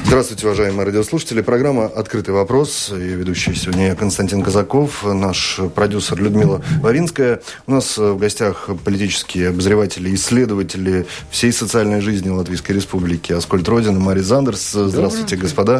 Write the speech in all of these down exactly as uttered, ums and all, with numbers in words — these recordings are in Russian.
Здравствуйте, уважаемые радиослушатели. Программа «Открытый вопрос». Ее ведущий сегодня Константин Казаков, наш продюсер Людмила Вавинская. У нас в гостях политические обозреватели, исследователи всей социальной жизни Латвийской Республики Аскольд Родин и Марис Зандерс. Здравствуйте, господа.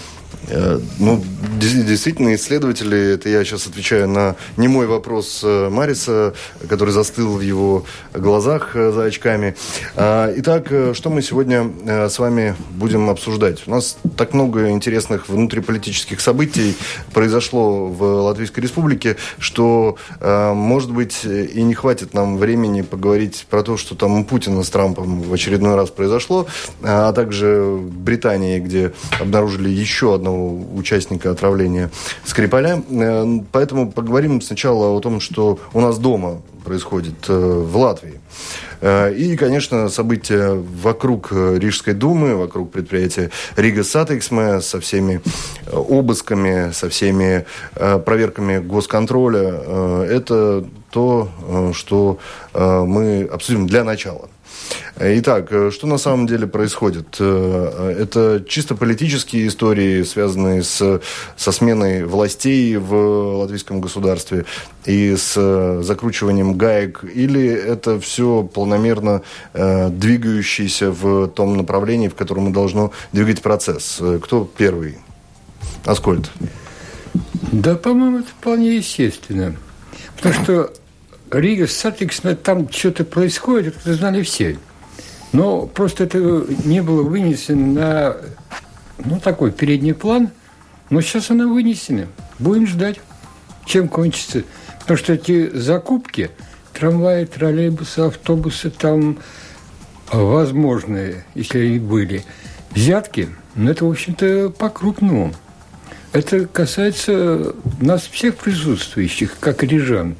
Ну, действительно, исследователи, это я сейчас отвечаю на немой вопрос Мариса, который застыл в его глазах за очками. Итак, что мы сегодня с вами будем обсуждать? У нас так много интересных внутриполитических событий произошло в Латвийской Республике, что, может быть, и не хватит нам времени поговорить про то, что там у Путина с Трампом в очередной раз произошло, а также в Британии, где обнаружили еще одного участника отравления Скрипаля. Поэтому поговорим сначала о том, что у нас дома происходит в Латвии. И, конечно, события вокруг Рижской думы, вокруг предприятия Рига Сатиксме со всеми обысками, со всеми проверками госконтроля. Это то, что мы обсудим для начала. Итак, что на самом деле происходит? Это чисто политические истории, связанные с, со сменой властей в латвийском государстве и с закручиванием гаек, или это все планомерно э, двигающееся в том направлении, в котором мы должны двигать процесс? Кто первый? Аскольд. Да, по-моему, это вполне естественно. Потому что Рига Сатиксме, там что-то происходит, это знали все. Но просто это не было вынесено на, ну, такой передний план. Но сейчас оно вынесено. Будем ждать, чем кончится. Потому что эти закупки, трамваи, троллейбусы, автобусы, там возможные, если они были, взятки, ну, это, в общем-то, по-крупному. Это касается нас всех присутствующих, как рижан.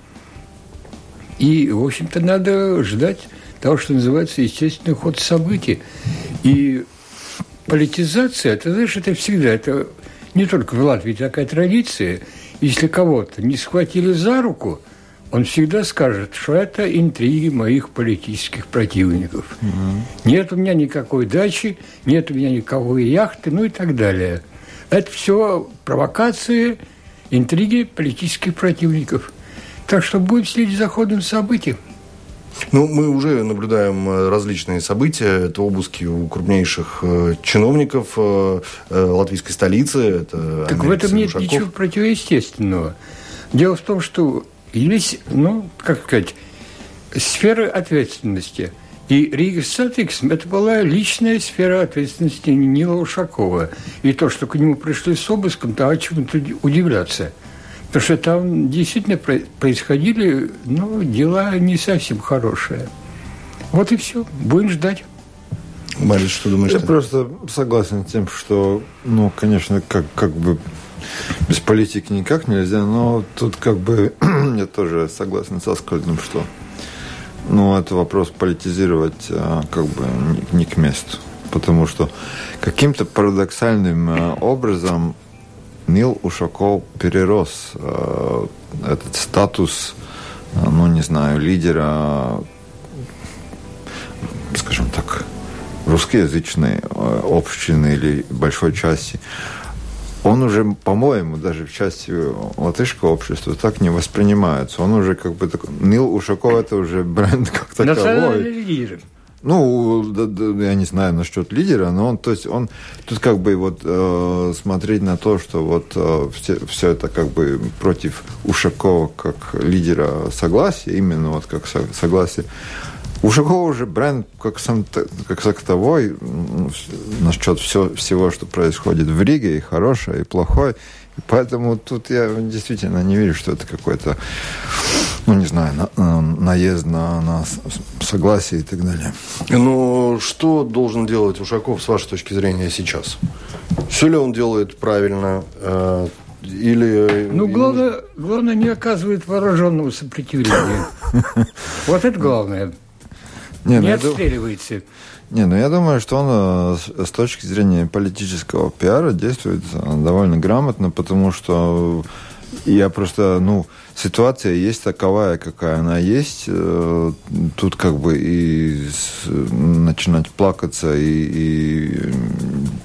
И, в общем-то, надо ждать того, что называется естественный ход событий. И политизация, это, знаешь, это всегда, это не только в Латвии такая традиция. Если кого-то не схватили за руку, он всегда скажет, что это интриги моих политических противников. Угу. Нет у меня никакой дачи, нет у меня никакой яхты, ну и так далее. Это все провокации, интриги политических противников. Так что будем следить за ходом событий. Ну, мы уже наблюдаем различные события. Это обыски у крупнейших чиновников латвийской столицы. Это так в этом нет ничего противоестественного. Дело в том, что есть, ну, как сказать, сфера ответственности. И Рига Сатиксме – это была личная сфера ответственности Нила Ушакова. И то, что к нему пришли с обыском, то о чем тут удивляться. Потому что там действительно происходили, ну, дела не совсем хорошие. Вот и все. Будем ждать. Марис, что думаешь? Я ты? просто согласен с тем, что, ну, конечно, как, как бы без политики никак нельзя, но тут как бы я тоже согласен со Аскольдом, что, ну, это вопрос политизировать как бы не, не к месту. Потому что каким-то парадоксальным образом Нил Ушаков перерос э, этот статус, э, ну, не знаю, лидера, скажем так, русскоязычной э, общины или большой части. Он уже, по-моему, даже в части латышского общества так не воспринимается. Он уже как бы такой... Нил Ушаков – это уже бренд как таковой. Национальный лидер. Ну, да, да, я не знаю насчет лидера, но он, то есть он тут как бы вот э, смотреть на то, что вот э, все, все это как бы против Ушакова как лидера согласия, именно вот как со, согласие. Ушаков уже бренд как сам как таковой насчет все, всего, что происходит в Риге, и хорошее, и плохое. И поэтому тут я действительно не верю, что это какой-то, ну, не знаю, на, наезд на, на согласие и так далее. Ну, что должен делать Ушаков, с вашей точки зрения, сейчас? Все ли он делает правильно? Э, или... Ну, главное, главное, не оказывает вооруженного сопротивления. Вот это главное. Не, не отстреливается. Не, ну я думаю, что он с, с точки зрения политического пиара действует довольно грамотно, потому что я просто, ну, ситуация есть таковая, какая она есть. Тут как бы и с, начинать плакаться и, и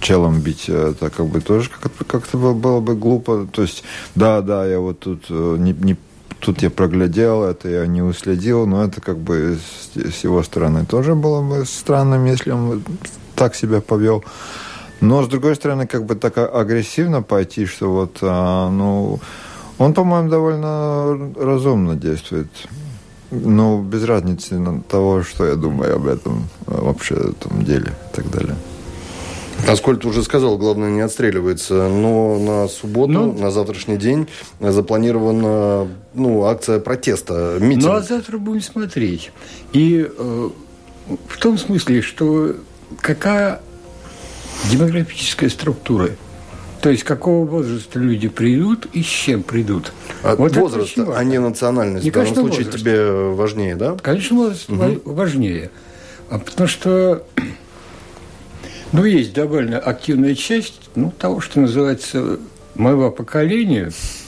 челом бить, это как бы тоже как-то, как-то было бы глупо. То есть, да, да, я вот тут не, не тут я проглядел, это я не уследил, но это как бы с, с его стороны тоже было бы странным, если он так себя повел. Но, с другой стороны, как бы так агрессивно пойти, что вот, а, ну, он, по-моему, довольно разумно действует. Ну, без разницы того, что я думаю об этом вообще, этом деле и так далее. Аскольд уже сказал, главное не отстреливается, но на субботу, ну, на завтрашний день запланирована, ну, акция протеста, митинг. Ну, а завтра будем смотреть. И э, в том смысле, что какая демографическая структура, то есть какого возраста люди придут и с чем придут. А вот возраст, а не национальность. И, в данном конечно, случае возраст. Тебе важнее, да? Конечно, возраст угу. важнее. А потому что, ну, есть довольно активная часть, ну, того, что называется моего поколения,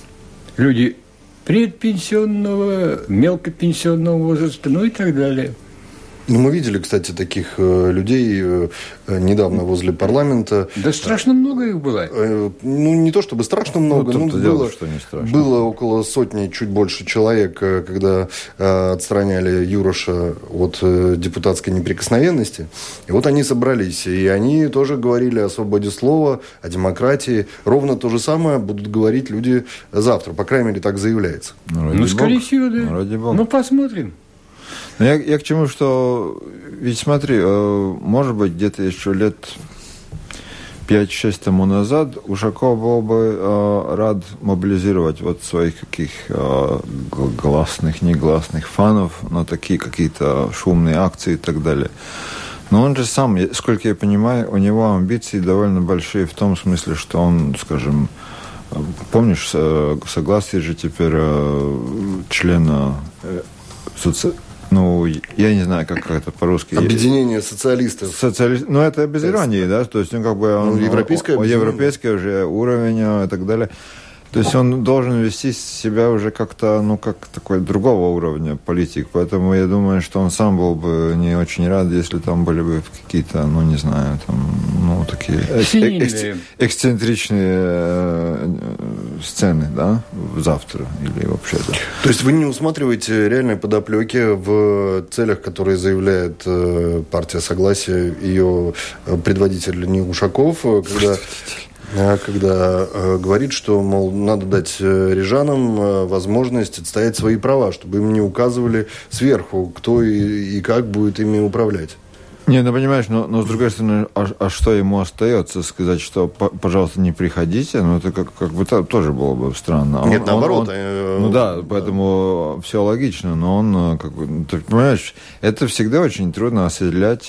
люди предпенсионного, мелкопенсионного возраста, ну и так далее. Ну, мы видели, кстати, таких э, людей э, недавно возле парламента. Да страшно много их было. Э, ну, не то чтобы страшно много, ну, но было, дело, что не страшно. Было около сотни, чуть больше человек, э, когда э, отстраняли Юроша от э, депутатской неприкосновенности. И вот они собрались, и они тоже говорили о свободе слова, о демократии. Ровно то же самое будут говорить люди завтра, по крайней мере, так заявляется. Ну, ну скорее всего, да. Ну, ну посмотрим. Я, я к чему, что... Ведь смотри, может быть, где-то еще лет пять-шесть тому назад Ушаков был бы рад мобилизировать вот своих каких гласных, негласных фанов на такие какие-то шумные акции и так далее. Но он же сам, сколько я понимаю, у него амбиции довольно большие в том смысле, что он, скажем... Помнишь, Согласие же теперь члена... соци... Ну, я не знаю, как это по-русски. Объединение социалистов. Социали... Ну, это без иронии, да? То есть, ну, как бы... Он, ну, европейское он, европейский уже уровень и так далее. То есть, он должен вести себя уже как-то, ну, как такой другого уровня политик. Поэтому я думаю, что он сам был бы не очень рад, если там были бы какие-то, ну, не знаю, там, ну, такие экс- эксцентричные э, сцены, да, завтра или вообще, да. То есть, вы не усматриваете реальной подоплеки в целях, которые заявляет э, партия Согласия, ее предводитель не Ушаков, когда... когда э, говорит, что, мол, надо дать э, рижанам э, возможность отстоять свои права, чтобы им не указывали сверху, кто и, и как будет ими управлять. Не, ну понимаешь, но, но с другой стороны, а, а что ему остается? Сказать, что, пожалуйста, не приходите, ну это как, как бы тоже было бы странно. Нет, он, наоборот. Он, он, э, ну да, поэтому все логично, но он, как бы, ты понимаешь, это всегда очень трудно оседлять э,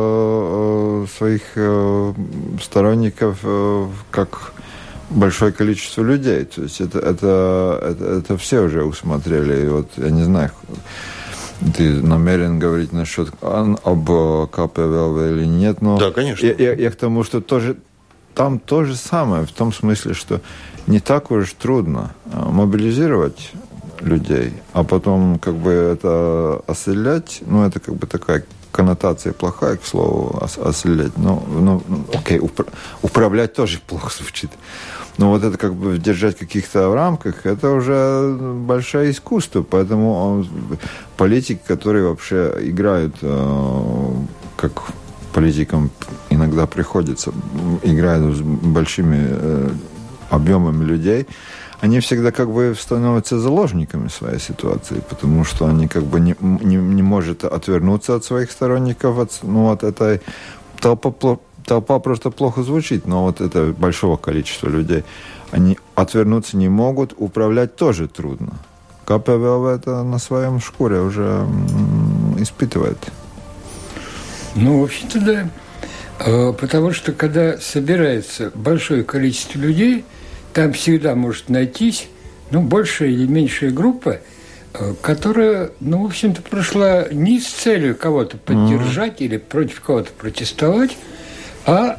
э, своих э, сторонников э, как большое количество людей. То есть это, это, это, это все уже усмотрели. И вот, я не знаю... Ты намерен говорить насчет об КПВЛ или нет, но да, конечно. Я, я, я к тому, что тоже, там то же самое, в том смысле, что не так уж трудно мобилизировать людей, а потом как бы это оселять, ну это как бы такая коннотация плохая, к слову, оселять, но, ну, окей, упра- управлять тоже плохо звучит. Но вот это как бы держать в каких-то рамках, это уже большое искусство. Поэтому он, политики, которые вообще играют, э, как политикам иногда приходится, играют с большими э, объемами людей, они всегда как бы становятся заложниками своей ситуации, потому что они как бы не, не, не могут отвернуться от своих сторонников, от, ну, от этой толпы. Толпа просто плохо звучит, но вот это большого количества людей, они отвернуться не могут, управлять тоже трудно. КПВЛ это на своем шкуре уже м- испытывает. Ну, в общем-то, да. Потому что, когда собирается большое количество людей, там всегда может найтись, ну, большая или меньшая группа, которая, ну, в общем-то, прошла не с целью кого-то поддержать mm-hmm. или против кого-то протестовать, а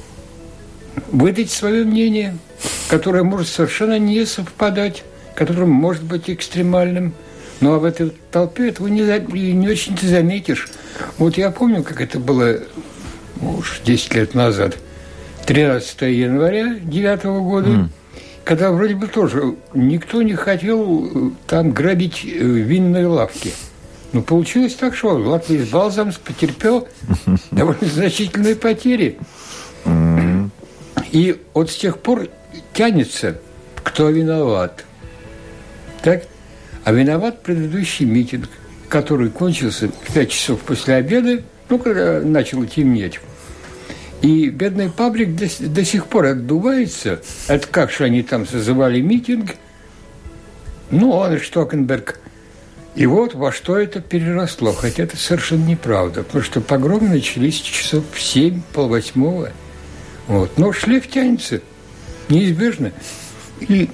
выдать свое мнение, которое может совершенно не совпадать, которое может быть экстремальным. Ну, а в этой толпе этого не, не очень ты заметишь. Вот я помню, как это было, ну, уж десять лет назад. тринадцатого января девятого года, mm. когда вроде бы тоже никто не хотел там грабить винные лавки. Но получилось так, что Латвийс Балзамс потерпел довольно значительные потери. Mm. И вот с тех пор тянется, кто виноват. Так? А виноват предыдущий митинг, который кончился в пять часов после обеда, ну, когда начало темнеть. И бедный Павлик до, до сих пор отдувается. Это как же они там созывали митинг. Ну, он и Штокенберг. И вот во что это переросло. Хотя это совершенно неправда. Потому что погромы начались часов в семь, полвосьмого. Вот. Но шлейф тянется. Неизбежно. И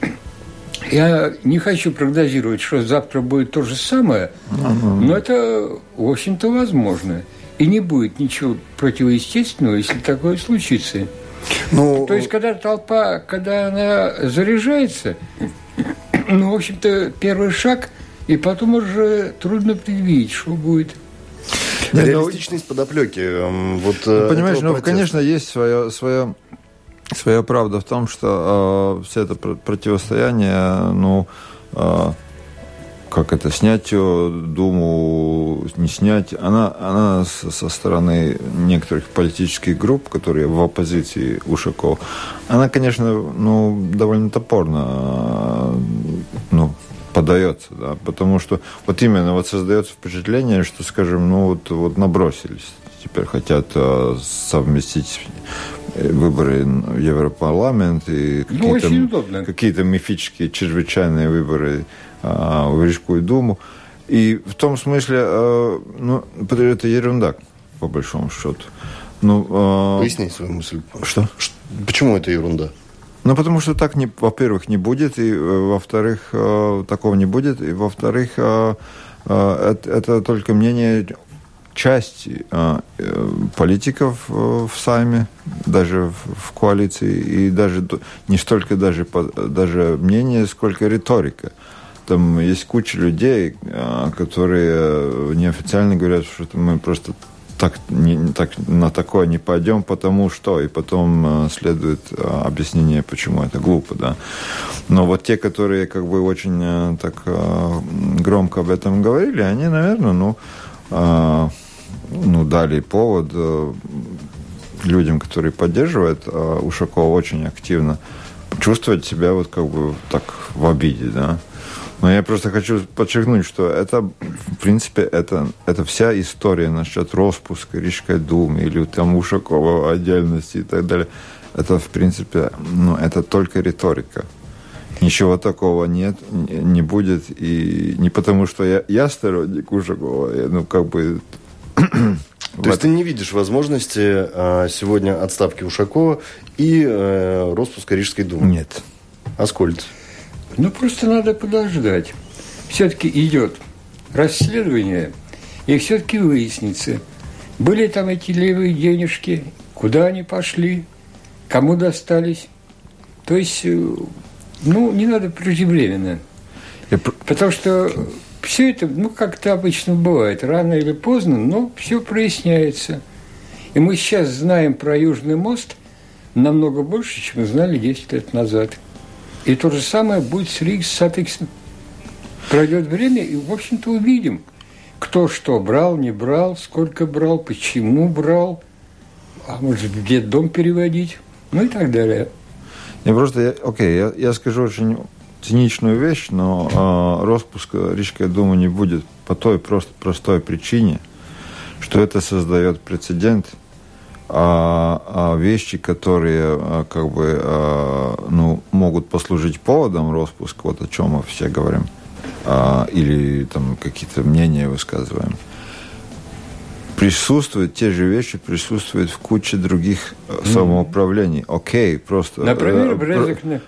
я не хочу прогнозировать, что завтра будет то же самое. Но это, в общем-то, возможно. И не будет ничего противоестественного, если такое случится. Ну, то есть, когда толпа, когда она заряжается, ну, в общем-то, первый шаг, и потом уже трудно предвидеть, что будет. Реалистичность подоплеки. Вот, ну, понимаешь, ну, конечно, есть свое, свое, своя правда в том, что э, все это противостояние, ну, э, как это, снять Думу, не снять, она, она со стороны некоторых политических групп, которые в оппозиции Ушакову, она, конечно, ну, довольно топорно, ну, подается, да, потому что вот именно вот создается впечатление, что, скажем, ну, вот, вот набросились, теперь хотят а, совместить выборы в Европарламент и какие-то, ну, какие-то мифические чрезвычайные выборы в Рижскую Думу. И в том смысле, ну, это ерунда, по большому счету. Ну, Поясни свою мысль. Что? Почему это ерунда? Ну, потому что так, не, во-первых, не будет, и, во-вторых, такого не будет, и, во-вторых, это, это только мнение части политиков в Сайме, даже в коалиции, и даже не столько даже, даже мнение, сколько риторика. Там есть куча людей, которые неофициально говорят, что мы просто так, не, так, на такое не пойдем, потому что, и потом следует объяснение, почему это глупо, да. Но вот те, которые как бы очень так громко об этом говорили, они, наверное, ну, ну дали повод людям, которые поддерживают Ушакова очень активно, чувствовать себя вот как бы так в обиде, да. Но я просто хочу подчеркнуть, что это, в принципе, это, это вся история насчет распуска Рижской Думы или там Ушакова отдельности и так далее. Это, в принципе, ну, это только риторика. Ничего такого нет, не будет. И не потому, что я, я сторонник Ушакова, я, ну, как бы... То есть ты не видишь возможности а, сегодня отставки Ушакова и а, распуска Рижской Думы? Нет. Аскольд? Ну, просто надо подождать. Все-таки идет расследование, и все-таки выяснится, были там эти левые денежки, куда они пошли, кому достались. То есть, ну, не надо преждевременно. Я... Потому что все это, ну, как-то обычно бывает, рано или поздно, но все проясняется. И мы сейчас знаем про Южный мост намного больше, чем мы знали десять лет назад. И то же самое будет с Ригс Сатиксом. Пройдет время, и, в общем-то, увидим, кто что брал, не брал, сколько брал, почему брал, а может, где дом переводить, ну и так далее. Я просто, я, окей, я, я скажу очень циничную вещь, но э, распуска Рижской Думы не будет по той просто простой причине, что это создает прецедент, А, а вещи, которые а, как бы а, ну, могут послужить поводом распуска, вот о чем мы все говорим, а, или там какие-то мнения высказываем, присутствуют, те же вещи присутствуют в куче других mm-hmm. самоуправлений. Окей, просто... Например, в Резекне.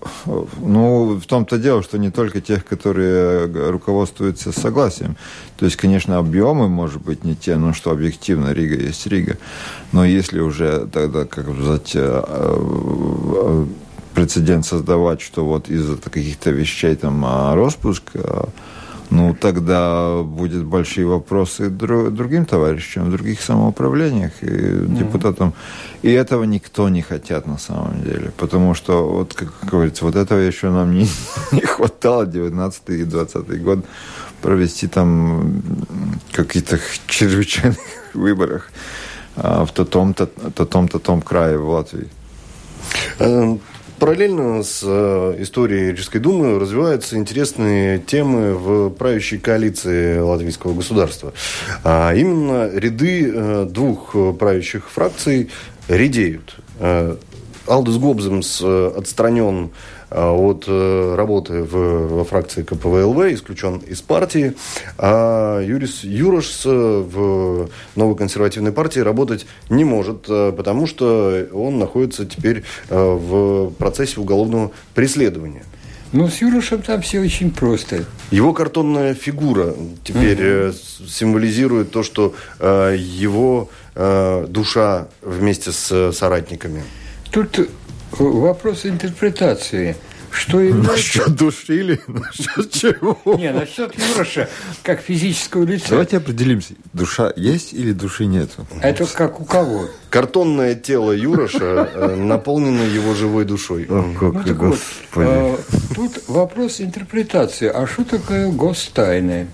Ну, в том-то дело, что не только тех, которые руководствуются согласием. То есть, конечно, объемы, может быть, не те, но что объективно, Рига есть Рига. Но если уже тогда, как сказать, прецедент создавать, что вот из-за каких-то вещей там распуск, ну, тогда будут большие вопросы дру, другим товарищам в других самоуправлениях и mm-hmm. депутатам. И этого никто не хотят на самом деле. Потому что, вот, как говорится, вот этого еще нам не, не хватало девятнадцатый и двадцатый год провести там каких-то чрезвычайных выборах а, в том-то, том-то, том крае в Латвии. Параллельно с э, историей Рижской думы развиваются интересные темы в правящей коалиции латвийского государства. А именно ряды э, двух правящих фракций редеют. Э, Алдис Гобземс э, отстранен э, от э, работы в, во фракции ка пэ вэ эл вэ, исключен из партии, а Юрис Юрош в новой консервативной партии работать не может, э, потому что он находится теперь э, в процессе уголовного преследования. Ну, с Юрошем там все очень просто. Его картонная фигура теперь uh-huh. символизирует то, что э, его э, душа вместе с соратниками. Тут вопрос интерпретации. Что является... Насчет души или насчет чего? Не, насчет Юроша как физического лица. Давайте определимся. Душа есть или души нету? Это как у кого? Картонное тело Юроша наполнено его живой душой. О, как, ну, так вот, а, тут вопрос интерпретации. А что такое гостайное?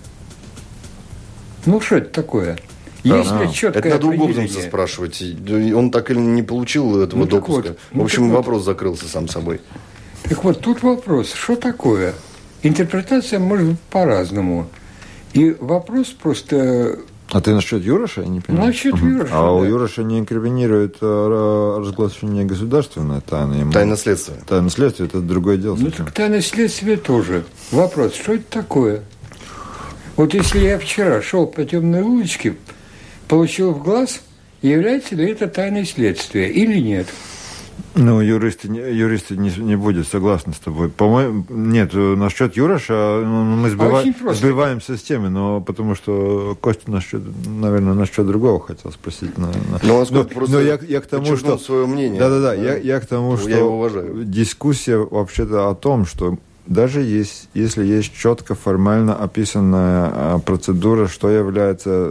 Ну, что это такое? Есть ли четкое это надо у определение? Гобземса спрашивать. Он так и не получил этого ну, допуска. Вот, ну, в общем, вопрос вот. закрылся сам собой. Так вот, тут вопрос, что такое? Интерпретация может быть по-разному. И вопрос просто... А ты насчет Юроша? Я не понимаю. Насчет угу. Юроша, А да. у Юроша не инкриминирует разглашение государственной тайны. Тайна следствия. Тайна следствия – это другое дело. Ну, так тайна следствия тоже. Вопрос, что это такое? Вот если я вчера шел по темной улочке, получил в глаз, является ли это тайной следствия или нет? Ну, юристы, юристы не, не будут согласны с тобой. По-моему, нет, насчет Юроша ну, мы сбива... а сбиваемся с темы, но потому что Костя насчет, наверное, насчет другого хотел спросить. Но, но, но, но я, я к тому, что... свое мнение. Да-да-да, я, я к тому, что я его уважаю. Дискуссия вообще-то о том, что даже есть, если есть четко формально описанная процедура, что является...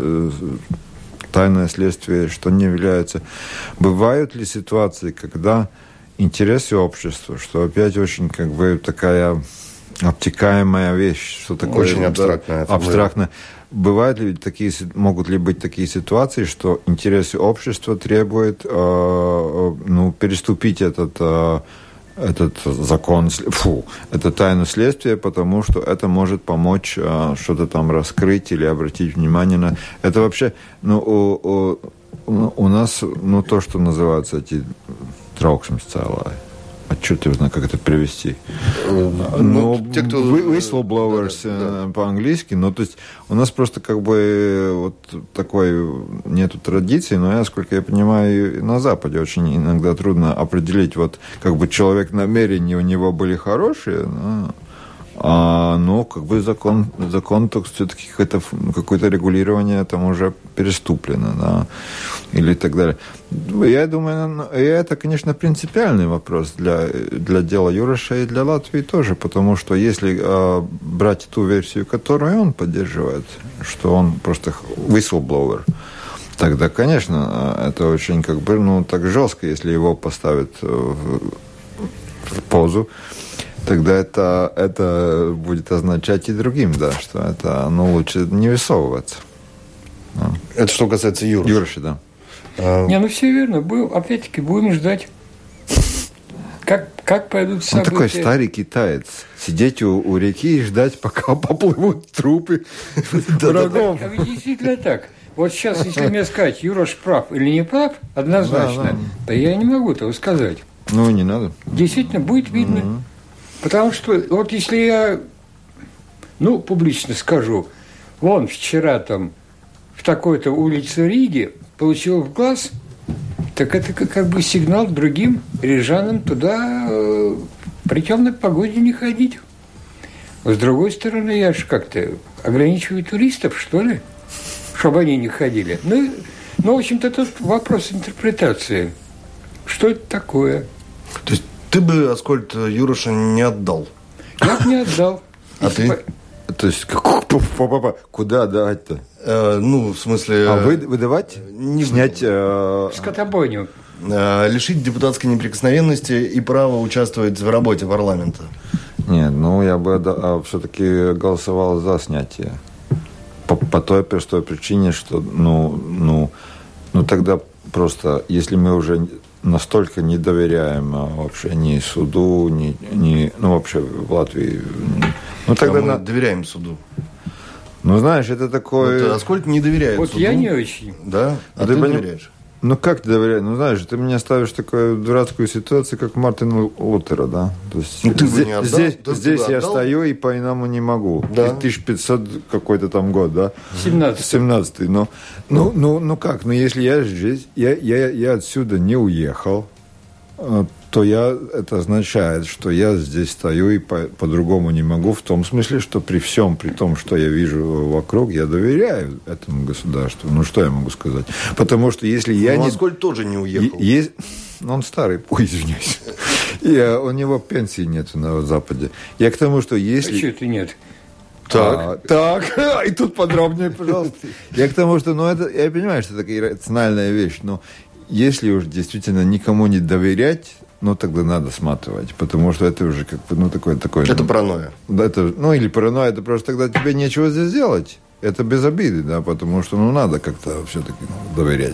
тайное следствие, что не является. Бывают ли ситуации, когда интересы общества, что опять очень как бы такая обтекаемая вещь, что такое очень абстрактная, да, абстрактно. Бывают ли такие, могут ли быть такие ситуации, что интересы общества требуют э, ну, переступить этот э, этот закон, фу, это тайну следствия, потому что это может помочь а, что-то там раскрыть или обратить внимание на... Это вообще, ну, у, у, у нас, ну, то, что называется эти трauksmescēlāji. А черт его знает, как это перевести. Ну, ну те, кто... whistleblowers да, да. по-английски. Ну, то есть у нас просто как бы вот такой нету традиции, но я, сколько я понимаю, на Западе очень иногда трудно определить, вот как бы человек намерения у него были хорошие, но... А, ну, как бы закон, закон то все-таки какое-то, какое-то регулирование там уже переступлено, да, или так далее. Я думаю, это, конечно, принципиальный вопрос для, для дела Юроша и для Латвии тоже, потому что если а, брать ту версию, которую он поддерживает, что он просто whistleblower, тогда, конечно, это очень как бы, ну, так жестко, если его поставят в, в позу. Тогда это, это будет означать и другим, да, что это, ну, лучше не высовываться. Да. Это что касается Юроши. Юроши, да. А... Не, ну все верно. Будем, опять-таки, будем ждать, как, как пойдут события. Он такой старый китаец. Сидеть у, у реки и ждать, пока поплывут трупы врагов. А ведь действительно так. Вот сейчас, если мне сказать, Юрош прав или не прав, однозначно, то я не могу этого сказать. Ну, не надо. Действительно, будет видно. Потому что, вот если я, ну, публично скажу, вон вчера там в такой-то улице Риги получил в глаз, так это как бы сигнал к другим рижанам туда э, при темной погоде не ходить. С другой стороны, я же как-то ограничиваю туристов, что ли, чтобы они не ходили. Ну, ну в общем-то, тут вопрос интерпретации. Что это такое? То есть ты бы Аскольд Юроша не отдал? Я бы не отдал. А ты? То есть, куда отдать-то? Э, ну, в смысле... А вы, выдавать? Не снять... Э... Скотобойню. Э, лишить депутатской неприкосновенности и права участвовать в работе парламента. Нет, ну, я бы а, все-таки голосовал за снятие. По, по той простой причине, что, ну, ну, ну, тогда просто, если мы уже настолько не доверяем а, вообще ни суду, ни, ни, ну, вообще в Латвии... Ну, тогда а мы на... доверяем суду. Ну, знаешь, это такое... Вот, а сколько не доверяет вот суду? Я не очень. Да? А ты ты поним... доверяешь? Ну, как ты доверяешь? Ну, знаешь, ты меня ставишь в такую дурацкую ситуацию, как Мартин Лутера, да? То есть, ну, ты здесь, бы не отдал, здесь, ты здесь я отдал? стою и по-иному не могу. Да. тысяча пятьсот какой-то там год, да? семнадцатый. семнадцатый. Но, ну, ну, ну как? Ну, если я здесь, я, я, я отсюда не уехал, то я, это означает, что я здесь стою и по, по-другому не могу, в том смысле, что при всем, при том, что я вижу вокруг, я доверяю этому государству. Ну, что я могу сказать? Потому что если я ну, не... Аскольд тоже не уехал. Есть... Он старый, ой, извиняюсь. И, у него пенсии нет на Западе. Я к тому, что если... А что это нет? Так. А, так, и тут подробнее, пожалуйста. Я к тому, что, ну, это, я понимаю, что это такая иррациональная вещь, но если уж действительно никому не доверять, ну, тогда надо сматывать, потому что это уже как бы, ну, такое... такое Это ну, паранойя. Да, это, ну, или паранойя, это просто тогда тебе нечего здесь делать. Это без обиды, да, потому что, ну, надо как-то все-таки ну, доверять.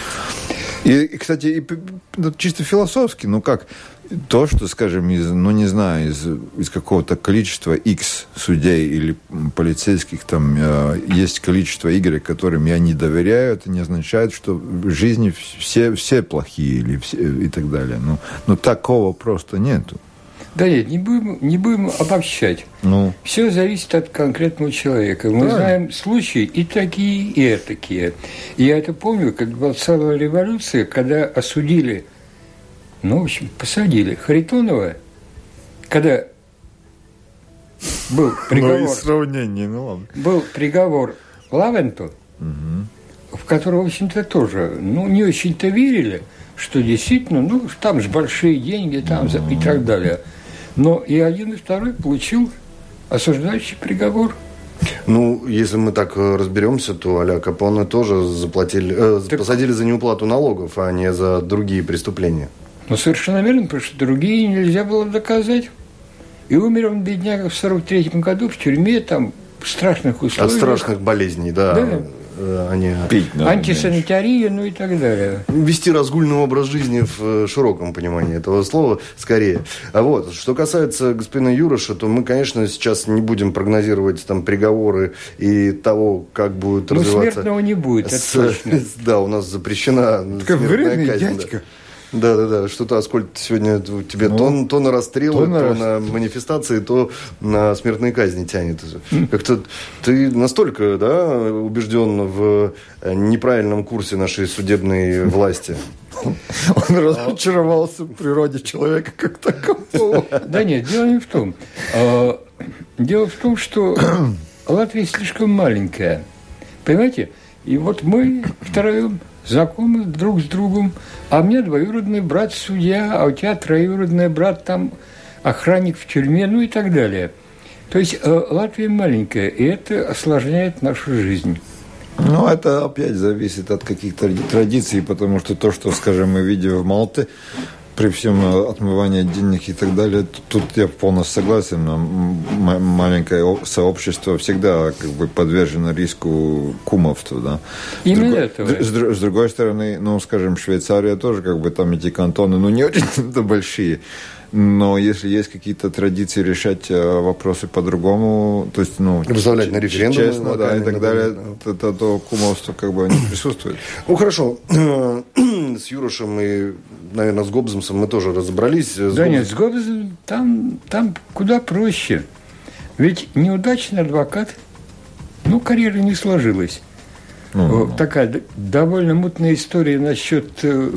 И, и, кстати, и, ну, чисто философски, ну, как... То, что, скажем, из, ну, не знаю, из, из какого-то количества X судей или полицейских там э, есть количество Y, которым я не доверяю, это не означает, что в жизни все, все плохие или все, и так далее. Ну, но такого просто нету. Да нет, не будем, не будем обобщать. Ну. Все зависит от конкретного человека. Мы да. знаем случаи и такие, и такие. Я это помню, как была целая революция, когда осудили... Ну, в общем, посадили Харитонова, когда был приговор... Ну, и сравнение, ну ладно. Был приговор Лавенту, угу. в который, в общем-то, тоже, ну, не очень-то верили, что действительно, ну, там же большие деньги, там угу. и так далее. Но и один, и второй получил осуждающий приговор. Ну, если мы так разберемся, то а-ля Капоне тоже заплатили, э, так... посадили за неуплату налогов, а не за другие преступления. Ну, совершенно верно, потому что другие нельзя было доказать. И умер он, бедняга, в сорок третьем году в тюрьме, там, в страшных условиях. От страшных болезней, да. да. Они... Пить надо антисанитария, ну и так далее. Вести разгульный образ жизни в широком понимании этого слова скорее. А вот, что касается господина Юроша, то мы, конечно, сейчас не будем прогнозировать там приговоры и того, как будет ну, развиваться... Ну, смертного не будет, это с... точно. Да, у нас запрещена такая смертная казнь. Дядька. Да, да, да. Что-то, Аскольд, сегодня тебе ну, то, то на расстрелы, то, на, то на манифестации, то на смертные казни тянет. Как-то ты настолько, да, убежден в неправильном курсе нашей судебной власти. Он разочаровался в природе человека как такового. Да нет, дело не в том. Дело в том, что Латвия слишком маленькая. Понимаете? И вот мы втроем знакомы друг с другом, а у меня двоюродный брат судья, а у тебя троюродный брат там охранник в тюрьме, ну и так далее. То есть э, Латвия маленькая, и это осложняет нашу жизнь. Ну, это опять зависит от каких-то традиций, потому что то, что, скажем, мы видим в Малте, при всем отмывании денег и так далее, тут я полностью согласен. Маленькое сообщество всегда как бы подвержено риску кумовства. Да? Именно с этого. С, с другой стороны, ну, скажем, Швейцария тоже, как бы там эти кантоны, ну, не очень-то большие. Но если есть какие-то традиции решать вопросы по-другому, то есть, ну... Выставлять на референдум. Честно, да, и так далее, то, то, то кумовство как бы не присутствует. Ну, хорошо. С Юрошем и, наверное, с Гоббсом мы тоже разобрались. С да Гоббс... нет, с Гоббсом там, там куда проще. Ведь неудачный адвокат, ну, карьера не сложилась. Ну, такая ну. довольно мутная история насчет э,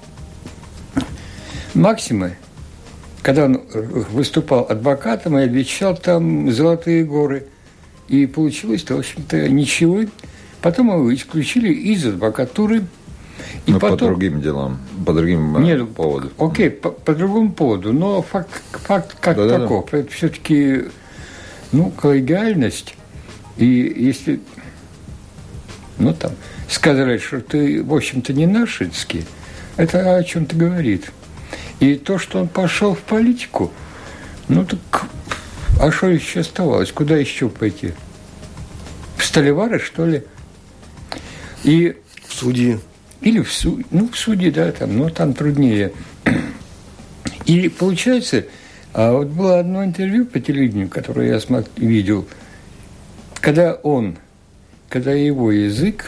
Максима, когда он выступал адвокатом и обещал там золотые горы. И получилось-то, в общем-то, ничего. Потом его исключили из адвокатуры. И ну, потом... по другим делам, по другим Нет, поводам. Окей, по, по другому поводу. Но факт, факт как да, таков. Да, да. Это все-таки Ну, коллегиальность, и если, ну, там, сказать, что ты, в общем-то, не нашинский, это о чем-то говорит. И то, что он пошел в политику, ну, так, а что еще оставалось? Куда еще пойти? В столевары, что ли? И... В судьи. Или в суд, ну, в суде, да, там, но там труднее. И получается, а вот было одно интервью по телевидению, которое я смог, видел, когда он, когда его язык,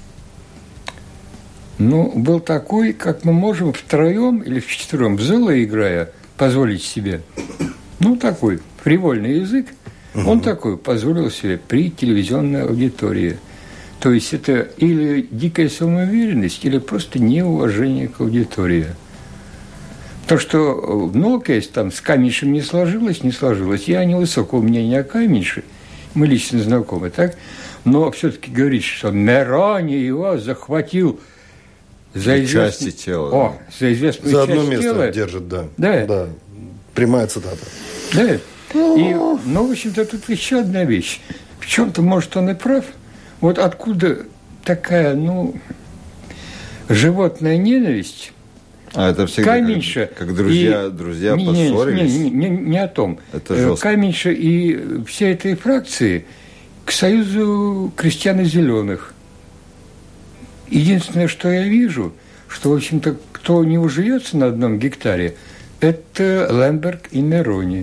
ну, был такой, как мы можем втроем или вчетвером, в золо играя, позволить себе. Ну, такой фривольный язык, угу. Он такой позволил себе при телевизионной аудитории. То есть это или дикая самоуверенность, или просто неуважение к аудитории. То, что много есть, там с Каменьшем не сложилось, не сложилось. Я невысокого мнения о Каменьше, мы лично знакомы, так? Но все-таки говорить, что Мерони его захватил за известный... части тела. О, за известную за часть одно место тела. держит, да. Да. Да. Прямая цитата. Да. И, ну, в общем-то, тут еще одна вещь. В чем-то, может, он и прав. Вот откуда такая, ну, животная ненависть. А это всегда Каменьша как, как друзья, и... друзья не, поссорились? Не, не, не, не о том. Это жестко. Каменьша и всей этой фракции к союзу крестьян и зеленых. Единственное, что я вижу, что, в общем-то, кто не уживется на одном гектаре, это Лемберг и Мерони.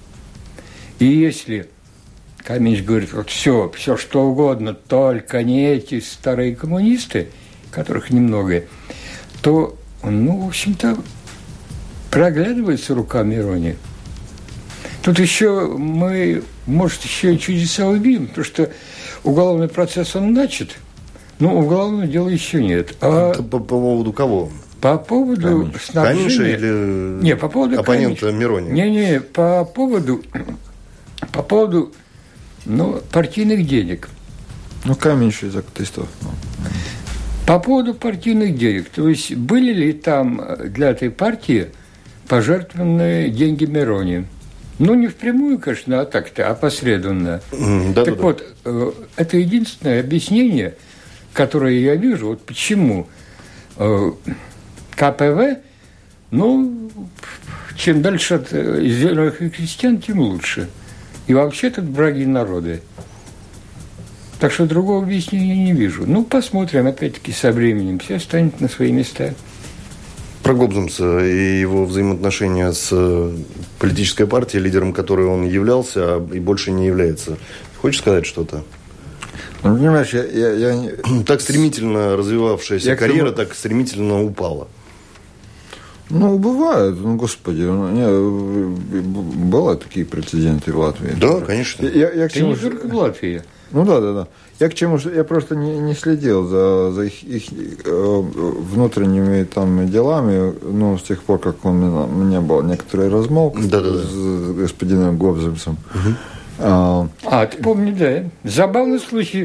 И если Каменьш говорит, вот все, все что угодно, только не эти старые коммунисты, которых немного, то, ну, в общем-то, проглядывается рука Мерони. Тут еще мы, может, еще и чудеса увидим, потому что уголовный процесс, он начат, но уголовного дела еще нет. А по, по поводу кого? По поводу Каменьш. снабжения... Каменьша или не, по поводу оппонента Каменьша. Мерони? Не-не, по поводу... По поводу, ну, партийных денег. Ну, Каменьш из активистов. Ну. По поводу партийных денег. То есть, были ли там для этой партии пожертвованные деньги Мерони? Ну, не впрямую, конечно, а так-то, опосредованно. Mm, да, так да, вот, да. Это единственное объяснение, которое я вижу, вот почему ка пэ вэ, ну, чем дальше от зеленых и крестьян, тем лучше. И вообще тут враги народа. Так что другого объяснения не вижу. Ну, посмотрим, опять-таки, со временем. Все станет на свои места. Про Гоббсомса и его взаимоотношения с политической партией, лидером которой он являлся, и больше не является. Хочешь сказать что-то? Ну, понимаешь, я... я, я не... Так стремительно развивавшаяся я карьера, тому... так стремительно упала. Ну, бывает, ну, господи, не, бывают такие прецеденты в Латвии. Да, да. Конечно. Я, я к чему... не только в Латвии. Ну, да, да, да. Я к чему, я просто не, не следил за, за их, их э, внутренними там делами, ну, с тех пор, как он, у меня была некоторая размолвка да, да, да. с господином Гоббсомсом. Угу. А, а, ты помни, да. Забавный случай.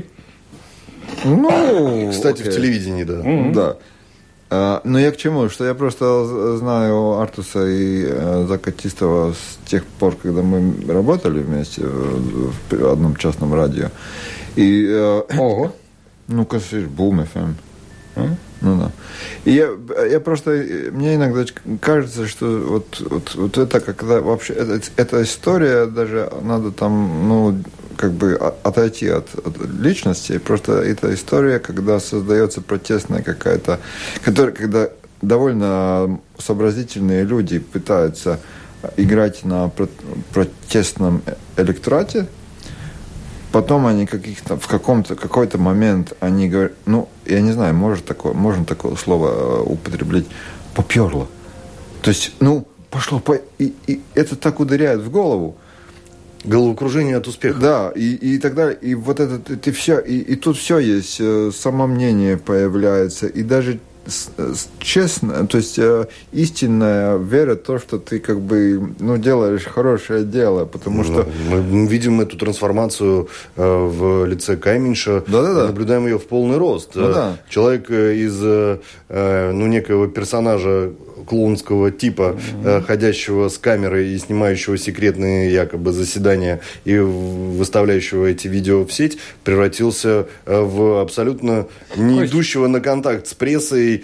Ну, кстати, окей. В телевидении, да. Mm-hmm. Да. А, но я к чему? Что я просто знаю Артуса и э, Зака Тистова с тех пор, когда мы работали вместе в, в одном частном радио. И, э, Ого. Ну, конечно, Бум эф эм. Mm-hmm. Ну да. И я, я просто, мне иногда кажется, что вот, вот, вот это когда вообще, это, эта история даже надо там, ну, как бы отойти от, от личности. Просто эта история, когда создается протестная какая-то, которая, когда довольно сообразительные люди пытаются играть на протестном электорате, потом они каких-то, в каком-то, какой-то момент они говорят, ну, я не знаю, может такое, можно такое слово употреблять, поперло. То есть, ну, пошло, по... и, и это так ударяет в голову. Головокружение от успеха. Да, и, и так далее. И вот это, ты все, и, и тут все есть, самомнение появляется, и даже честно, то есть истинная вера в то, что ты как бы, ну, делаешь хорошее дело, потому что... Мы видим эту трансформацию в лице Каменьша, да-да-да. Наблюдаем ее в полный рост. Ну, да. Человек из, ну, некого персонажа клоунского типа, mm-hmm. ходящего с камерой и снимающего секретные якобы заседания и выставляющего эти видео в сеть, превратился в абсолютно не идущего на контакт с прессой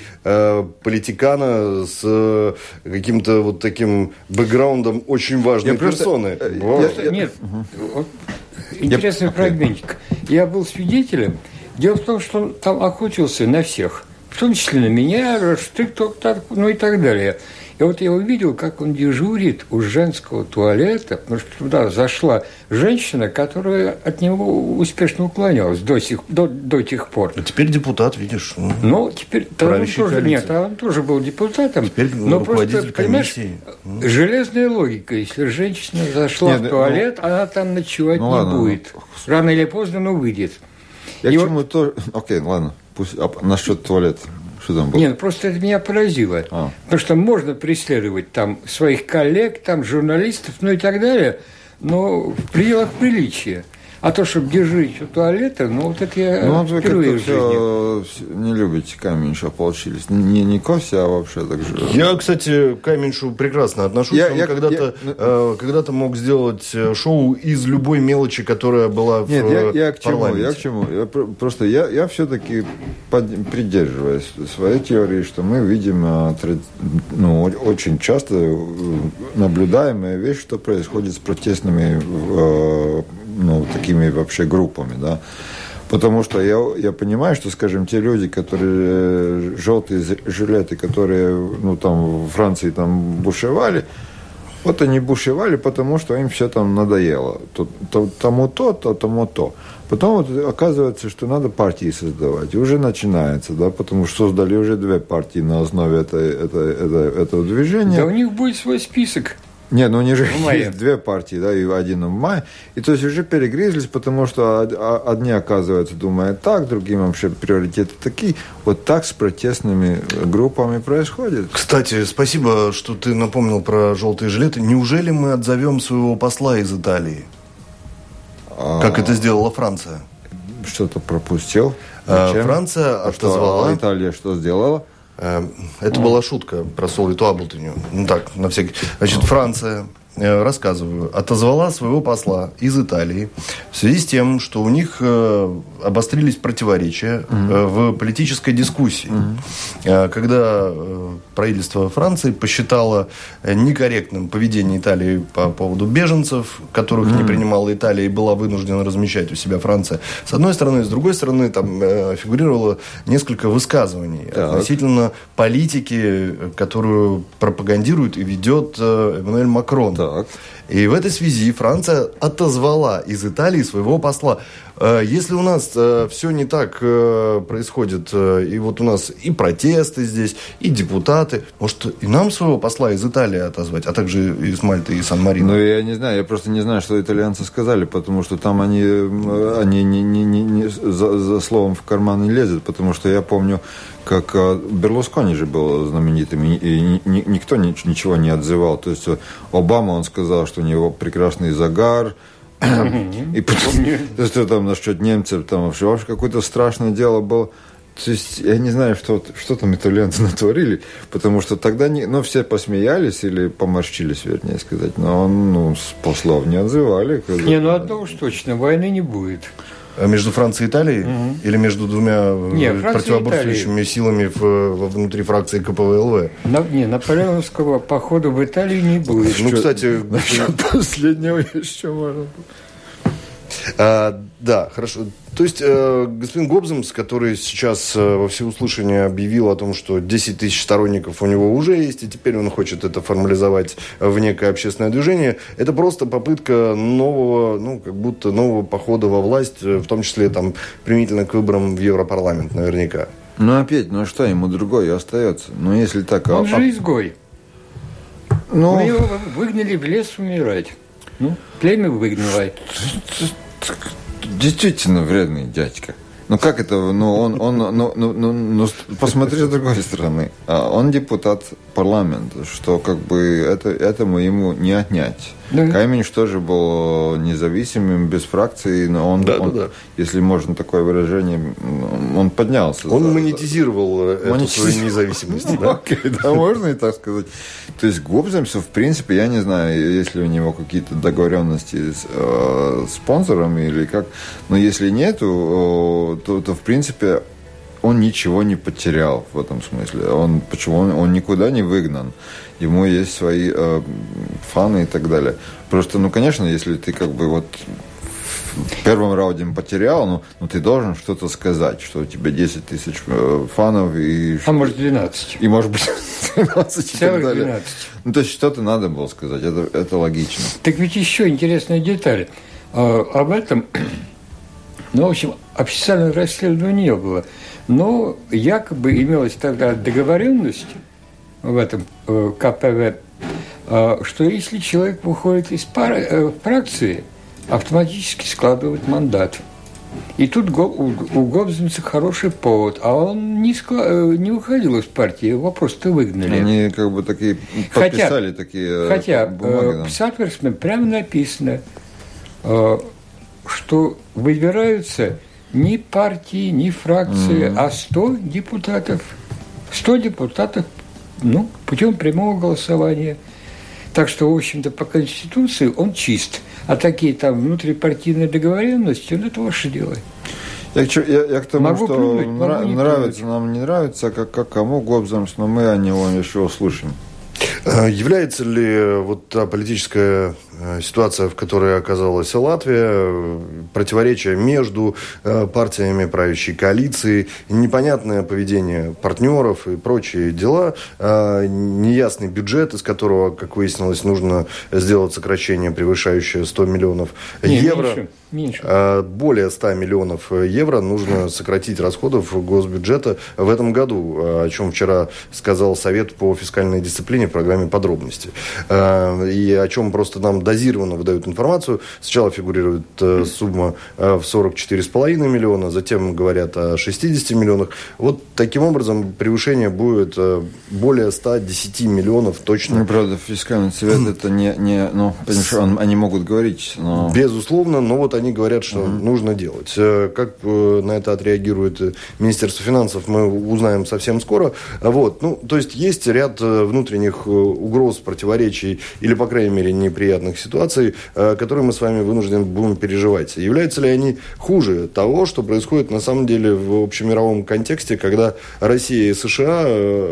политикана с каким-то вот таким бэкграундом очень важной я персоны. Просто... Я... Нет, угу. Интересный я... фрагментик. Я был свидетелем. Дело в том, что он там охотился на всех. В том числе на меня, ну и так далее. И вот я увидел, как он дежурит у женского туалета, потому что туда зашла женщина, которая от него успешно уклонялась до сих, до, до тех пор. А теперь депутат, видишь. Ну, теперь он тоже, нет, он тоже был депутатом. Теперь но просто, понимаешь, железная логика. Если женщина зашла нет, в туалет, ну, она там ночевать ну, не ладно, будет. Рано или поздно, но выйдет. Я и к чему вот... то... Окей, ладно. Пусть... А насчет туалета. Что там было? Нет, просто это меня поразило. А. Потому что можно преследовать там своих коллег, там журналистов, ну и так далее, но в пределах приличия. А то, чтобы дежурить у туалета, ну, вот это я ну, впервые в жизни. Не любите Каменьшу, ополчились. Не, не Кося, а вообще так же. Я, кстати, к Каменьшу прекрасно отношусь. Я, Он я, когда-то, я, э, когда-то мог сделать шоу из любой мелочи, которая была в Нет, я, я к чему, парламенте. Я к чему? Я, просто я, я все-таки под, придерживаюсь своей теории, что мы видим ну, очень часто наблюдаемая вещь, что происходит с протестными э, ну, такими вообще группами, да. Потому что я, я понимаю, что, скажем, те люди, которые желтые жилеты, которые, ну, там, в Франции там бушевали, вот они бушевали, потому что им все там надоело. То, то, тому то, то, тому то. Потом вот оказывается, что надо партии создавать. И уже начинается, да, потому что создали уже две партии на основе этой, этой, этой, этого движения. Да у них будет свой список. Нет, ну у них же есть две партии, да, и один в мае. И то есть уже перегрызлись, потому что одни, оказывается, думают так, другим вообще приоритеты такие. Вот так с протестными группами происходит. Кстати, спасибо, что ты напомнил про желтые жилеты. Неужели мы отзовем своего посла из Италии? А... Как это сделала Франция? Что-то пропустил. Зачем? Франция отозвала... А Италия что сделала? Это была шутка про Солвиту Аблтонию. Ну так, на всякий... Значит, Франция, рассказываю, отозвала своего посла из Италии в связи с тем, что у них обострились противоречия mm-hmm. в политической дискуссии. Mm-hmm. Когда правительство Франции посчитало некорректным поведение Италии по поводу беженцев, которых mm-hmm. не принимала Италия и была вынуждена размещать у себя Франция. С одной стороны, с другой стороны, там фигурировало несколько высказываний так. относительно политики, которую пропагандирует и ведет Эммануэль Макрон. Так. И в этой связи Франция отозвала из Италии своего посла. Если у нас все не так происходит, и вот у нас и протесты здесь, и депутаты, может, и нам своего посла из Италии отозвать, а также из Мальты и Сан-Марино? Ну, я не знаю, я просто не знаю, что итальянцы сказали, потому что там они, они не, не, не, не, за, за словом в карман не лезут, потому что я помню, как Берлускони же был знаменитым, и никто ничего не отзывал. То есть Обама, он сказал, что у него прекрасный загар, и потом, что там насчет немцев, там вообще, вообще какое-то страшное дело было. То есть я не знаю, что, что там итальянцы натворили, потому что тогда не, ну, все посмеялись или поморщились, вернее сказать, но ну, послов не отзывали. Не, ну одно уж точно, войны не будет. А между Францией и Италией? Угу. Или между двумя не, противоборствующими силами в, внутри фракции ка пэ вэ эл вэ? На, не, наполеоновского похода в Италию не будет. Ну, кстати... Последнего еще можно... А, да, хорошо. То есть э, господин Гобземс, который сейчас э, во всеуслышание объявил о том, что десять тысяч сторонников у него уже есть, и теперь он хочет это формализовать в некое общественное движение, это просто попытка нового, ну, как будто нового похода во власть, в том числе там применительно к выборам в Европарламент, наверняка. Ну, опять, ну а что ему другое остается? Ну, если так... Он а... же изгой. Ну... Мы его выгнали в лес умирать. Ну, племя выгнивает. Действительно вредный дядька. Ну как это? Ну он, он, ну, ну, ну, ну посмотри с другой стороны. Он депутат парламента, что как бы это, этому ему не отнять. Да. Каменич тоже был независимым, без фракции, но он, да, он да, да. если можно такое выражение, он поднялся. Он за, монетизировал за... эту монетизировал. свою независимость. Ну, да? Окей, да, можно и так сказать. То есть Гобземсов, в принципе, я не знаю, есть ли у него какие-то договоренности с э, спонсорами или как, но если нету, то, то в принципе он ничего не потерял в этом смысле. Он, почему он, он никуда не выгнан. Ему есть свои э, фаны и так далее. Просто, ну, конечно, если ты как бы вот в первом раунде потерял, ну, ну ты должен что-то сказать, что у тебя десять тысяч э, фанов и... А может двенадцать. И может быть двенадцать и так далее. двенадцать. Ну, то есть что-то надо было сказать, это, это логично. Так ведь еще интересная деталь. А, об этом, ну, в общем, официального расследования не было. Но якобы имелась тогда договоренность в этом э, ка пэ вэ, э, что если человек выходит из пар, э, фракции, автоматически складывает мандат. И тут го, у, у Гобземса хороший повод, а он не, скла, э, не выходил из партии, его просто выгнали. Они как бы такие подписали хотя, такие хотя, бумаги. Хотя э, в Сатверсме прямо написано, э, что выбираются ни партии, ни фракции, mm-hmm. а сто депутатов. сто депутатов, ну, путем прямого голосования. Так что, в общем-то, по Конституции он чист. А такие там внутрипартийные договоренности, ну, это ваше дело. Я, я, я к тому, могу что плюнуть, нра- нравится, плюнуть. Нам не нравится, как, как кому Гобземс, но мы о него еще услышим. Является ли вот та политическая ситуация, в которой оказалась Латвия, противоречие между партиями правящей коалиции, непонятное поведение партнеров и прочие дела, неясный бюджет, из которого, как выяснилось, нужно сделать сокращение, превышающее сто миллионов Не, евро. Меньше, меньше. Более ста миллионов евро нужно сократить расходов госбюджета в этом году, о чем вчера сказал Совет по фискальной дисциплине в программе «Подробности». И о чем просто нам дозированно выдают информацию. Сначала фигурирует э, сумма э, в сорок четыре с половиной миллиона, затем говорят о шестидесяти миллионах. Вот таким образом превышение будет э, более ста десяти миллионов точно. Ну, правда, фискальный совет это не... не ну, он, они могут говорить, но... Безусловно, но вот они говорят, что uh-huh. нужно делать. Как э, на это отреагирует Министерство финансов, мы узнаем совсем скоро. Вот. Ну, то есть есть ряд внутренних угроз, противоречий или, по крайней мере, неприятных ситуаций, которые мы с вами вынуждены будем переживать. Являются ли они хуже того, что происходит на самом деле в общемировом контексте, когда Россия и США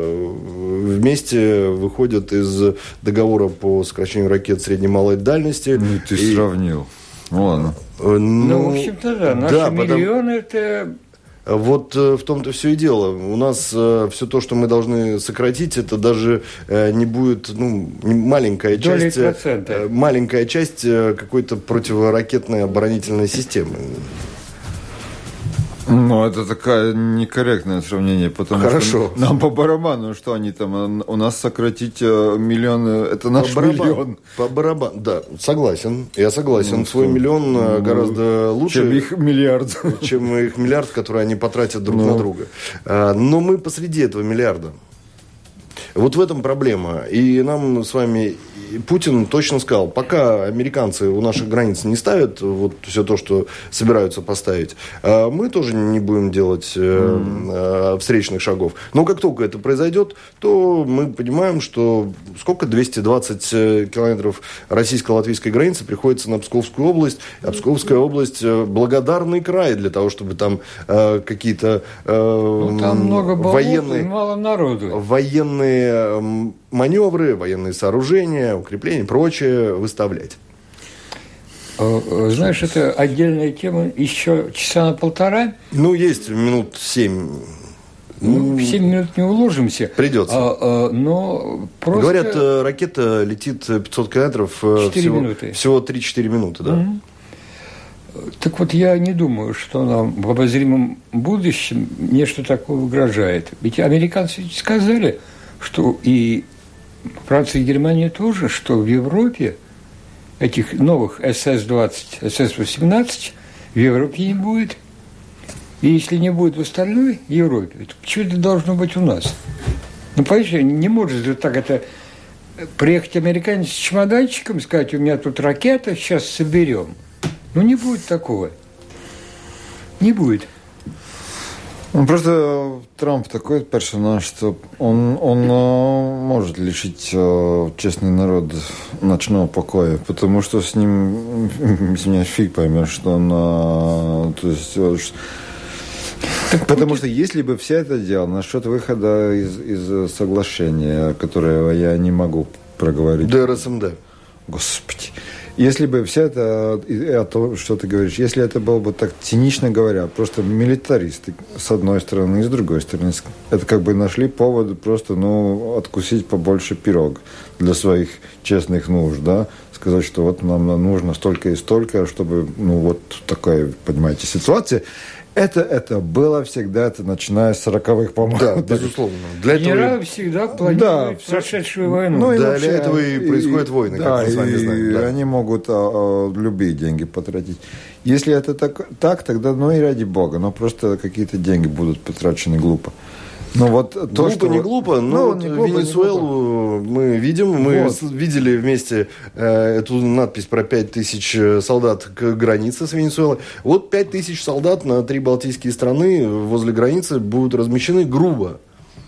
вместе выходят из договора по сокращению ракет средней и малой дальности? Ну, ты и... сравнил. Ну, ладно. Ну, ну, в общем-то, да. Наши да, миллионы потому... это... Вот э, в том-то все и дело. У нас э, все то, что мы должны сократить, это даже э, не будет, ну, маленькая часть, э, маленькая часть э, какой-то противоракетной оборонительной системы. Ну, это такое некорректное сравнение, потому Хорошо. что нам по барабану, что они там, у нас сократить миллион, это наш по миллион. По барабану, да, согласен, я согласен. Ну, свой миллион ну, гораздо лучше, чем их миллиард. Чем их миллиард, который они потратят друг ну. на друга. Но мы посреди этого миллиарда. Вот в этом проблема. И нам с вами Путин точно сказал, пока американцы у наших границ не ставят вот все то, что собираются поставить, мы тоже не будем делать mm-hmm. встречных шагов. Но как только это произойдет, то мы понимаем, что сколько? двести двадцать километров российско-латвийской границы приходится на Псковскую область. А Псковская область благодарный край для того, чтобы там какие-то ну, там много болот, военные, мало народу. военные маневры, военные сооружения, укрепления и прочее выставлять. Знаешь, это отдельная тема, еще часа на полтора. Ну, есть минут семь. Ну, в семь минут не уложимся. Придется. А, а, но просто... Говорят, ракета летит пятьсот километров всего, минуты. всего три-четыре минуты. Да? Mm-hmm. Так вот, я не думаю, что нам в обозримом будущем нечто такое угрожает. Ведь американцы сказали, что и Франция и Германия тоже, что в Европе этих новых эс эс двадцать, эс эс восемнадцать в Европе не будет. И если не будет в остальной Европе, то почему это должно быть у нас? Ну, понимаешь, не может же так это... Приехать американец с чемоданчиком, сказать, у меня тут ракета, сейчас соберем. Ну, не будет такого. Не будет. Ну, просто Трамп такой персонаж, что он, он э, может лишить э, честный народ ночного покоя, потому что с ним, извиняюсь, фиг поймешь, что он... Э, то есть, э, так потому будет... что если бы все это делал насчет выхода из, из соглашения, которое я не могу проговорить... ДРСМД. Господи. Если бы все это, а то, что ты говоришь, если это было бы так цинично говоря, просто милитаристы с одной стороны и с другой стороны, это как бы нашли повод просто, ну, откусить побольше пирог для своих честных нужд, да, сказать, что вот нам нужно столько и столько, чтобы, ну, вот такая, понимаете, ситуация. Это, это было всегда, это начиная с сороковых, по-моему. Да, безусловно. Для Генералы этого... всегда планируют да, прошедшую войну. Ну, да, для этого и, и происходят и, войны, да, как мы с вами знаем. Да. Они могут а, а, любые деньги потратить. Если это так, так, тогда, ну и ради бога, но просто какие-то деньги будут потрачены глупо. Ну, вот то, глупо, что... не глупо, но ну, вот Венесуэлу мы видим, мы вот. видели вместе э, эту надпись про пять тысяч солдат к границе с Венесуэлой. Вот пять тысяч солдат на три балтийские страны возле границы будут размещены грубо.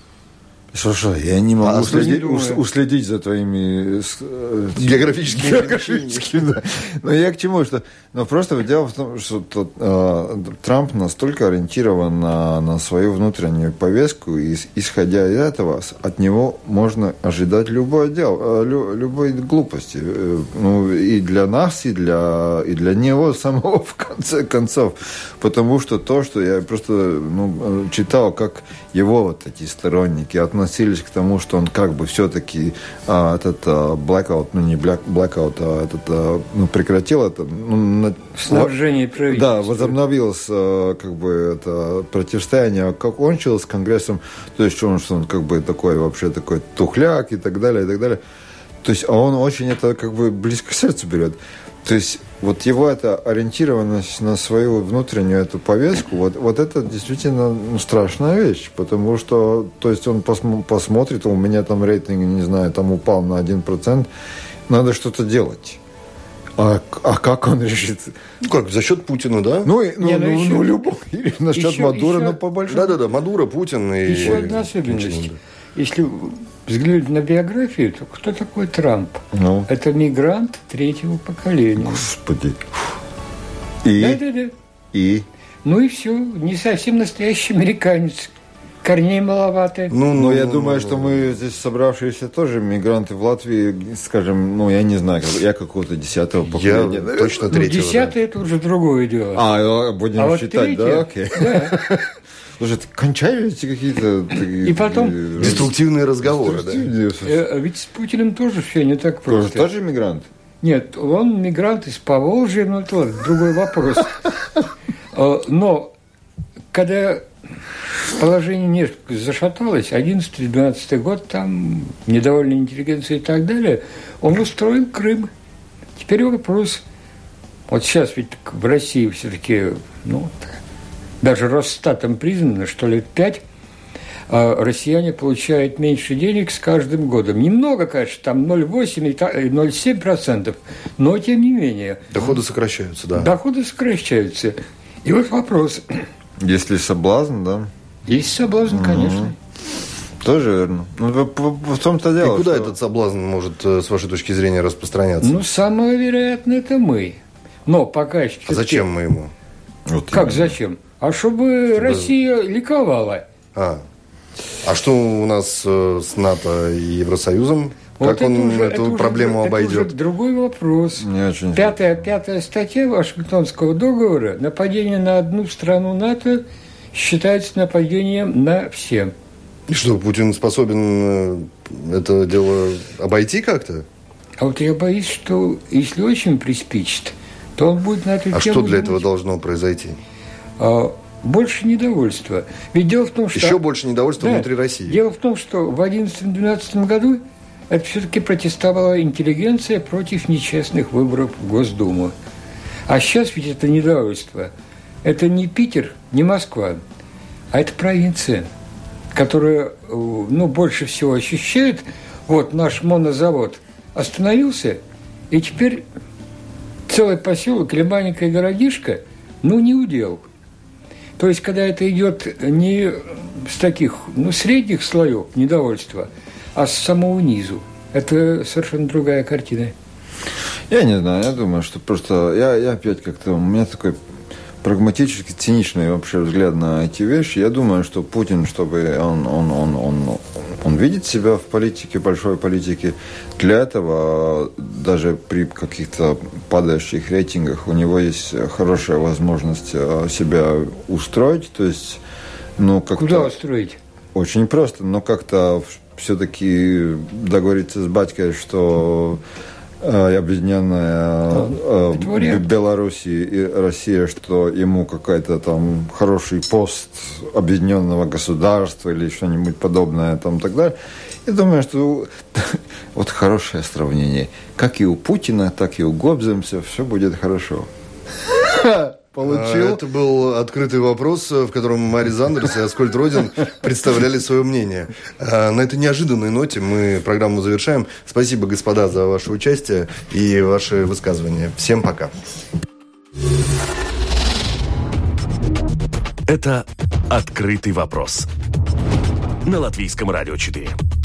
Слушай, я не могу а уследить, уследить за твоими географическими географическими, да. Но я к чему, что... Но просто дело в том, что тот, э, Трамп настолько ориентирован на, на свою внутреннюю повестку, и исходя из этого, от него можно ожидать любое дело, лю, любой глупости. Ну, и для нас, и для, и для него самого, в конце концов. Потому что то, что я просто ну, читал, как его вот эти сторонники относятся относились к тому, что он как бы все-таки а, этот а, blackout, ну не black, blackout, а этот а, ну, прекратил это. Ну, на, снабжение правительства. Да, возобновилось а, как бы это противостояние, как кончилось с Конгрессом, то есть он, что он как бы такой вообще такой тухляк и так далее, и так далее. То есть, а он очень это как бы близко к сердцу берет. То есть, вот его эта ориентированность на свою внутреннюю эту повестку, вот, вот это действительно ну, страшная вещь, потому что, то есть, он посм- посмотрит, у меня там рейтинг, не знаю, там упал на один процент, надо что-то делать. А, а как он решит? Ну как, за счет Путина, да? Ну, ну, Не, ну, ну, ну, еще, ну любой. Или насчет еще, Мадуро, еще, но по большому. Да-да-да, Мадуро, Путин. И... Еще одна особенность. Если взглянуть на биографию, то кто такой Трамп? Ну. Это мигрант третьего поколения. Господи. И? Да-да-да. И? Ну и все. Не совсем настоящий американец. Корней маловато. Ну, но ну, я ну, думаю, ну, что мы здесь собравшиеся тоже мигранты в Латвии, скажем, ну, я не знаю, я какого-то десятого поколения. Я точно третьего. Ну, десятый да. Это уже другое дело. А, будем а считать, вот да? Окей. Да. Слушай, кончаются какие-то... И потом... Деструктивные разговоры, да? Ведь с Путиным тоже все не так просто. Тоже мигрант? Нет, он мигрант из Поволжья, но это другой вопрос. Но когда положение несколько зашаталось, одиннадцатый-двенадцатый год, там недовольная интеллигенция и так далее, он устроил Крым. Теперь вопрос. Вот сейчас ведь в России все-таки, ну, даже Росстатом признано, что лет пять россияне получают меньше денег с каждым годом. Немного, конечно, там ноль целых восемь десятых и ноль целых семь десятых процента, но тем не менее. Доходы сокращаются, да. Доходы сокращаются. И вот вопрос. Если соблазн, да? Есть соблазн, угу. Конечно. Тоже верно. Ну, в том-то дело. И куда что... этот соблазн может, с вашей точки зрения, распространяться? Ну, самое вероятное, это мы. Но пока... А зачем мы ему? Вот как именно. Зачем? А чтобы, чтобы Россия ликовала. А. А что у нас с НАТО и Евросоюзом? Вот как он уже, эту проблему уже, обойдет? Это уже другой вопрос. Очень пятая, пятая статья Вашингтонского договора: нападение на одну страну НАТО считается нападением на все. И что, Путин способен это дело обойти как-то? А вот я боюсь, что если очень приспичит, то он будет на эту а тему... А что для думать. этого должно произойти? А, больше недовольства. Ведь дело в том, что... Еще больше недовольства да, внутри России. Дело в том, что в одиннадцатом-двенадцатом году это все-таки протестовала интеллигенция против нечестных выборов в Госдуму. А сейчас ведь это недовольство Это не Питер, не Москва, а это провинция, которая, ну, больше всего ощущает. Вот наш монозавод остановился, и теперь целый поселок или маленькое городишко, ну, не удел. То есть, когда это идет не с таких, ну, средних слоев недовольства, а с самого низу, это совершенно другая картина. Я не знаю, я думаю, что просто... Я, я опять как-то... У меня такой прагматически циничный вообще взгляд на эти вещи. Я думаю, что Путин, чтобы он, он, он, он, он видит себя в политике, большой политике, для этого даже при каких-то падающих рейтингах у него есть хорошая возможность себя устроить. То есть, ну, как-то... Куда устроить? Очень просто, но как-то все-таки договориться с батькой, что... Объединенная э, Белоруссия и Россия, что ему какой-то там хороший пост объединенного государства или что-нибудь подобное там так далее. Я думаю, что вот хорошее сравнение. Как и у Путина, так и у Гобземса все будет хорошо. Получил. Это был открытый вопрос, в котором Мари Зандерс и Аскольд Родин представляли свое мнение. На этой неожиданной ноте мы программу завершаем. Спасибо, господа, за ваше участие и ваши высказывания. Всем пока. Это «Открытый вопрос» на Латвийском радио четыре.